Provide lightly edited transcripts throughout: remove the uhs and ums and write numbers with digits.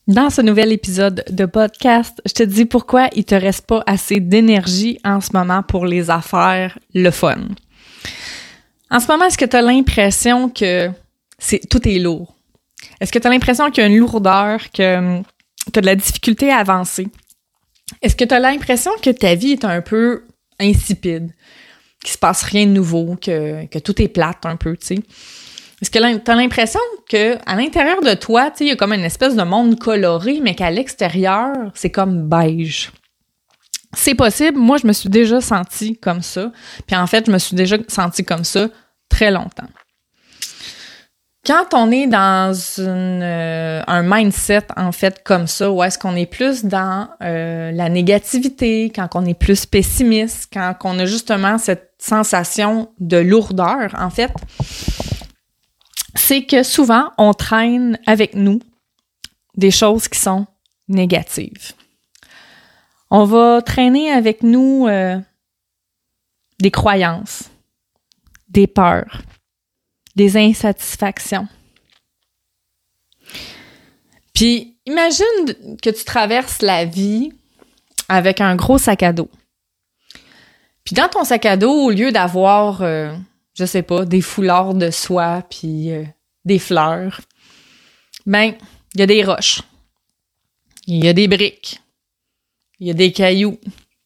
Dans ce nouvel épisode de podcast, je te dis pourquoi il te reste pas assez d'énergie en ce moment pour les affaires, le fun. En ce moment, est-ce que tu as l'impression que tout est lourd? Est-ce que tu as l'impression qu'il y a une lourdeur, que tu as de la difficulté à avancer? Est-ce que tu as l'impression que ta vie est un peu insipide, qu'il se passe rien de nouveau, que tout est plate un peu, tu sais? Est-ce que tu as l'impression qu'à l'intérieur de toi, tu sais, il y a comme une espèce de monde coloré, mais qu'à l'extérieur, c'est comme beige? C'est possible. Moi, je me suis déjà sentie comme ça. Puis en fait, je me suis déjà sentie comme ça très longtemps. Quand on est dans un mindset, en fait, comme ça, où est-ce qu'on est plus dans la négativité, quand on est plus pessimiste, quand on a justement cette sensation de lourdeur, en fait, c'est que souvent, on traîne avec nous des choses qui sont négatives. On va traîner avec nous des croyances, des peurs, des insatisfactions. Puis, imagine que tu traverses la vie avec un gros sac à dos. Puis dans ton sac à dos, au lieu d'avoir, je sais pas, des foulards de soie puis des fleurs, ben, il y a des roches, il y a des briques, il y a des cailloux.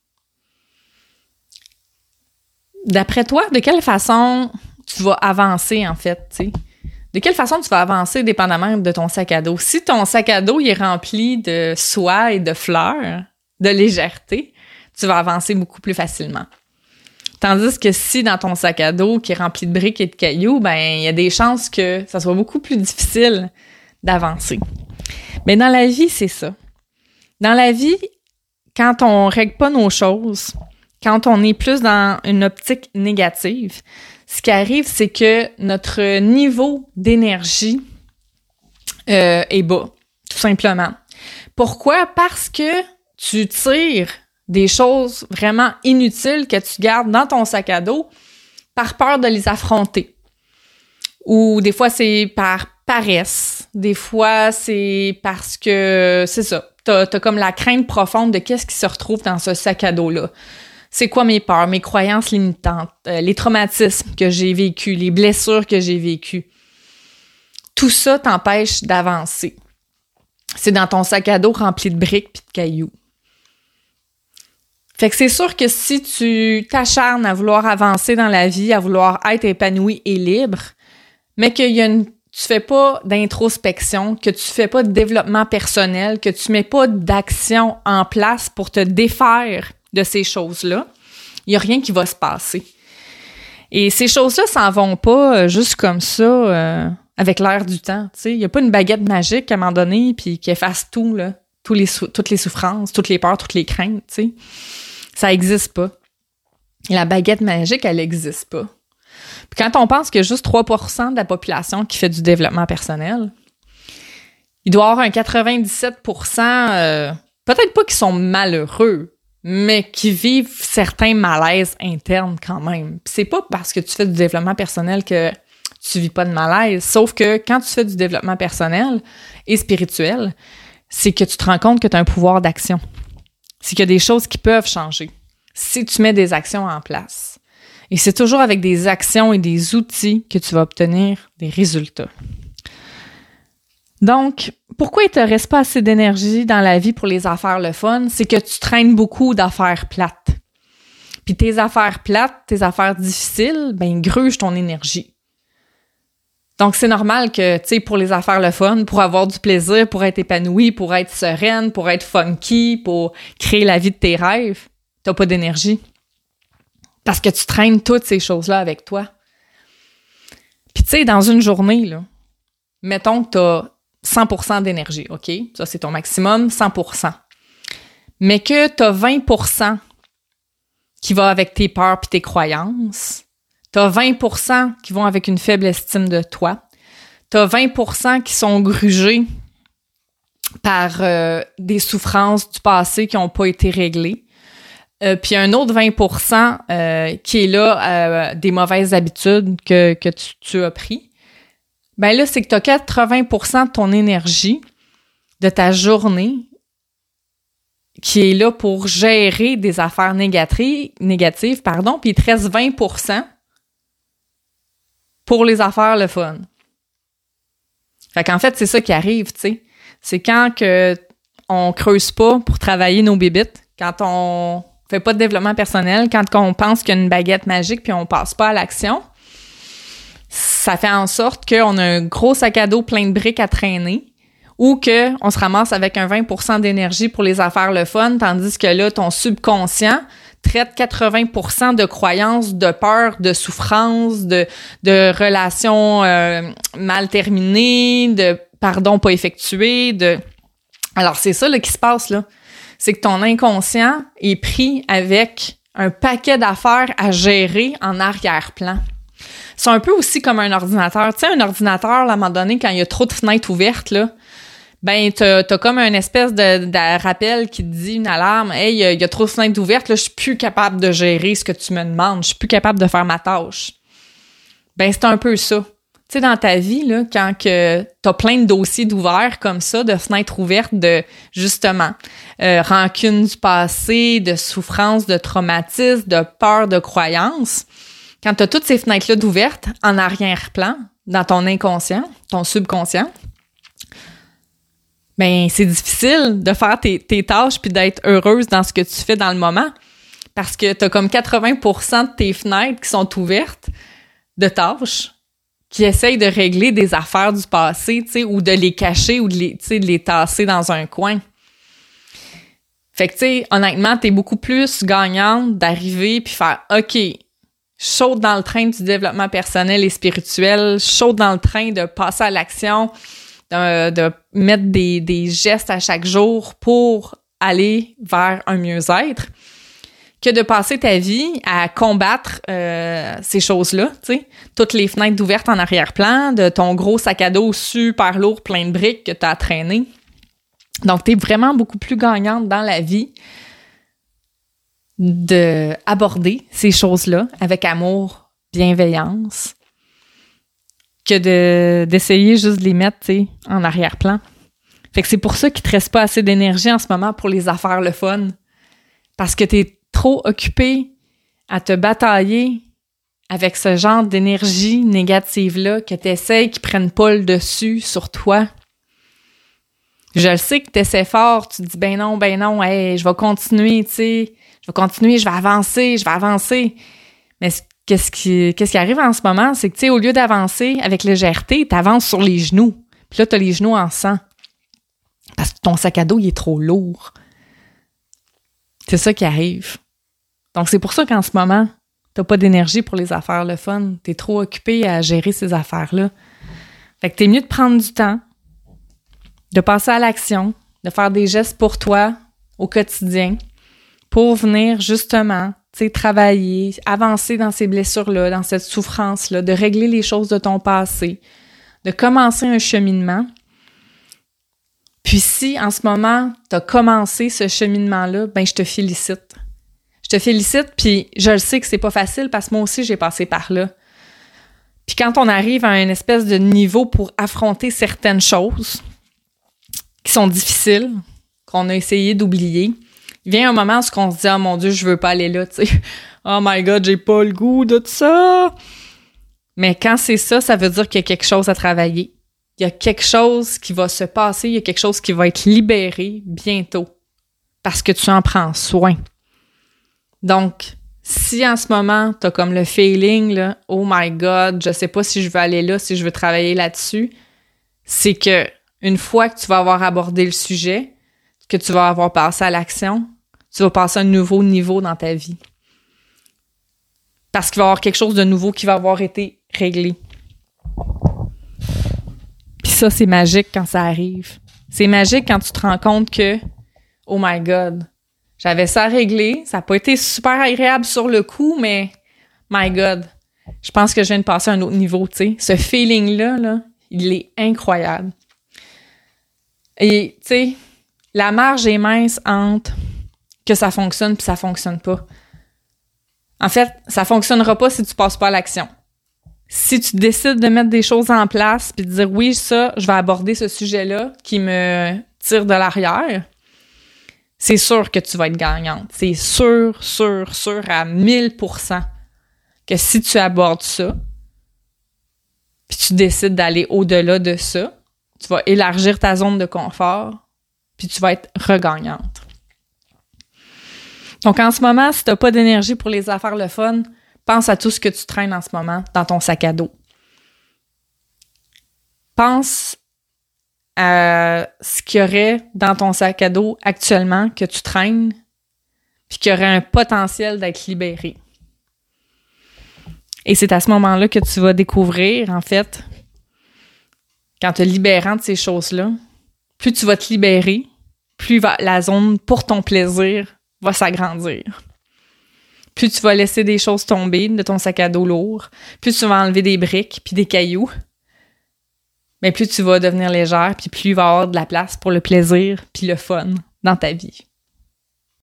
D'après toi, de quelle façon tu vas avancer, en fait, tu sais? De quelle façon tu vas avancer dépendamment de ton sac à dos? Si ton sac à dos il est rempli de soie et de fleurs, de légèreté, tu vas avancer beaucoup plus facilement. Tandis que si dans ton sac à dos qui est rempli de briques et de cailloux, ben il y a des chances que ça soit beaucoup plus difficile d'avancer. Mais dans la vie, c'est ça. Dans la vie, quand on règle pas nos choses, quand on est plus dans une optique négative, ce qui arrive, c'est que notre niveau d'énergie est bas, tout simplement. Pourquoi? Parce que tu tires des choses vraiment inutiles que tu gardes dans ton sac à dos par peur de les affronter. Ou des fois, c'est par paresse. Des fois, c'est parce que, c'est ça, t'as comme la crainte profonde de qu'est-ce qui se retrouve dans ce sac à dos-là. C'est quoi mes peurs, mes croyances limitantes, les traumatismes que j'ai vécus, les blessures que j'ai vécues. Tout ça t'empêche d'avancer. C'est dans ton sac à dos rempli de briques puis de cailloux. Fait que c'est sûr que si tu t'acharnes à vouloir avancer dans la vie, à vouloir être épanoui et libre, mais que tu fais pas d'introspection, que tu fais pas de développement personnel, que tu mets pas d'action en place pour te défaire de ces choses-là, il n'y a rien qui va se passer. Et ces choses-là s'en vont pas juste comme ça avec l'air du temps. Il n'y a pas une baguette magique à un moment donné puis qui efface tout, là, toutes les souffrances, toutes les peurs, toutes les craintes. T'sais. Ça n'existe pas. Et la baguette magique, elle n'existe pas. Puis quand on pense qu'il y a juste 3% de la population qui fait du développement personnel, il doit y avoir un 97%, peut-être pas qui sont malheureux, mais qui vivent certains malaises internes quand même. Puis c'est pas parce que tu fais du développement personnel que tu vis pas de malaise, sauf que quand tu fais du développement personnel et spirituel, c'est que tu te rends compte que tu as un pouvoir d'action. C'est qu'il y a des choses qui peuvent changer si tu mets des actions en place. Et c'est toujours avec des actions et des outils que tu vas obtenir des résultats. Donc, pourquoi il te reste pas assez d'énergie dans la vie pour les affaires le fun? C'est que tu traînes beaucoup d'affaires plates. Puis tes affaires plates, tes affaires difficiles, ben grugent ton énergie. Donc, c'est normal que, tu sais, pour les affaires le fun, pour avoir du plaisir, pour être épanoui, pour être sereine, pour être funky, pour créer la vie de tes rêves, t'as pas d'énergie. Parce que tu traînes toutes ces choses-là avec toi. Puis, tu sais, dans une journée, là, mettons que t'as 100% d'énergie, OK? Ça, c'est ton maximum, 100%. Mais que t'as 20% qui va avec tes peurs puis tes croyances. T'as 20% qui vont avec une faible estime de toi. T'as 20% qui sont grugés par des souffrances du passé qui n'ont pas été réglées. Puis un autre 20% qui est là des mauvaises habitudes que tu as pris. Ben là, c'est que tu as 80% de ton énergie de ta journée qui est là pour gérer des affaires négatives, puis il te reste 20% pour les affaires le fun. Fait qu'en fait, c'est ça qui arrive, tu sais. C'est quand que on creuse pas pour travailler nos bébites, quand on fait pas de développement personnel, quand on pense qu'il y a une baguette magique puis on passe pas à l'action, ça fait en sorte qu'on a un gros sac à dos plein de briques à traîner ou qu'on se ramasse avec un 20% d'énergie pour les affaires le fun, tandis que là, ton subconscient traite 80% de croyances, de peur, de souffrance, de relations mal terminées, de pardon pas effectué, Alors, c'est ça là, qui se passe, là. C'est que ton inconscient est pris avec un paquet d'affaires à gérer en arrière-plan. C'est un peu aussi comme un ordinateur. Tu sais, un ordinateur, là, à un moment donné, quand il y a trop de fenêtres ouvertes, là, ben, t'as comme une espèce de rappel qui te dit, une alarme, « Hey, il y a trop de fenêtres ouvertes, là, je suis plus capable de gérer ce que tu me demandes, je suis plus capable de faire ma tâche. » Ben, c'est un peu ça. Tu sais, dans ta vie, là, quand que t'as plein de dossiers d'ouverts comme ça, de fenêtres ouvertes, de, justement, rancune du passé, de souffrance, de traumatisme, de peur, de croyance, quand t'as toutes ces fenêtres-là d'ouvertes en arrière-plan, dans ton inconscient, ton subconscient, ben c'est difficile de faire tes tâches puis d'être heureuse dans ce que tu fais dans le moment parce que t'as comme 80% de tes fenêtres qui sont ouvertes de tâches qui essayent de régler des affaires du passé, tu sais, ou de les cacher ou de les tasser dans un coin. Fait que, tu sais, honnêtement, t'es beaucoup plus gagnante d'arriver puis faire « OK, je saute dans le train du développement personnel et spirituel, je saute dans le train de passer à l'action, de mettre des gestes à chaque jour pour aller vers un mieux-être, que de passer ta vie à combattre ces choses-là, tu sais, toutes les fenêtres ouvertes en arrière-plan, de ton gros sac à dos super lourd, plein de briques que tu as à traîner. Donc, tu es vraiment beaucoup plus gagnante dans la vie d'aborder ces choses-là avec amour, bienveillance, que d'essayer juste de les mettre, tu sais, en arrière-plan. Fait que c'est pour ça qu'il te reste pas assez d'énergie en ce moment pour les affaires le fun. Parce que t'es trop occupé à te batailler avec ce genre d'énergie négative-là que t'essayes qu'ils prennent pas le dessus sur toi. Je le sais que t'essaies fort, tu te dis ben non, hey, je vais continuer, tu sais, je vais avancer. Mais qu'est-ce qui arrive en ce moment, c'est que, tu sais, au lieu d'avancer avec légèreté, t'avances sur les genoux. Puis là, t'as les genoux en sang. Parce que ton sac à dos, il est trop lourd. C'est ça qui arrive. Donc, c'est pour ça qu'en ce moment, t'as pas d'énergie pour les affaires le fun. T'es trop occupé à gérer ces affaires-là. Fait que t'es mieux de prendre du temps, de passer à l'action, de faire des gestes pour toi au quotidien pour venir justement, tu sais, travailler, avancer dans ces blessures-là, dans cette souffrance-là, de régler les choses de ton passé, de commencer un cheminement. Puis si, en ce moment, tu as commencé ce cheminement-là, ben je te félicite. Je te félicite, puis je le sais que c'est pas facile parce que moi aussi, j'ai passé par là. Puis quand on arrive à une espèce de niveau pour affronter certaines choses qui sont difficiles, qu'on a essayé d'oublier, il vient un moment où on se dit « Oh mon Dieu, je veux pas aller là, tu sais. Oh my God, j'ai pas le goût de ça. » Mais quand c'est ça, ça veut dire qu'il y a quelque chose à travailler. Il y a quelque chose qui va se passer, il y a quelque chose qui va être libéré bientôt parce que tu en prends soin. Donc, si en ce moment, tu as comme le feeling, là, « Oh my God, je sais pas si je veux aller là, si je veux travailler là-dessus », c'est que une fois que tu vas avoir abordé le sujet, que tu vas avoir passé à l'action, tu vas passer à un nouveau niveau dans ta vie. Parce qu'il va y avoir quelque chose de nouveau qui va avoir été réglé. Puis ça, c'est magique quand ça arrive. C'est magique quand tu te rends compte que, oh my God, j'avais ça à régler, ça n'a pas été super agréable sur le coup, mais my God, je pense que je viens de passer à un autre niveau, tu sais. Ce feeling-là, là, il est incroyable. Et, tu sais, la marge est mince entre que ça fonctionne puis ça fonctionne pas. En fait, ça fonctionnera pas si tu passes pas à l'action. Si tu décides de mettre des choses en place puis de dire oui, ça, je vais aborder ce sujet-là qui me tires de l'arrière, c'est sûr que tu vas être gagnante. C'est sûr à 1000% que si tu abordes ça, puis tu décides d'aller au-delà de ça, tu vas élargir ta zone de confort, puis tu vas être regagnante. Donc, en ce moment, si tu n'as pas d'énergie pour les affaires le fun, pense à tout ce que tu traînes en ce moment dans ton sac à dos. Pense à ce qu'il y aurait dans ton sac à dos actuellement que tu traînes, puis qui aurait un potentiel d'être libéré. Et c'est à ce moment-là que tu vas découvrir, en fait, qu'en te libérant de ces choses-là, plus tu vas te libérer, plus la zone pour ton plaisir va s'agrandir. Plus tu vas laisser des choses tomber de ton sac à dos lourd, plus tu vas enlever des briques puis des cailloux, mais plus tu vas devenir légère, puis plus il va y avoir de la place pour le plaisir puis le fun dans ta vie.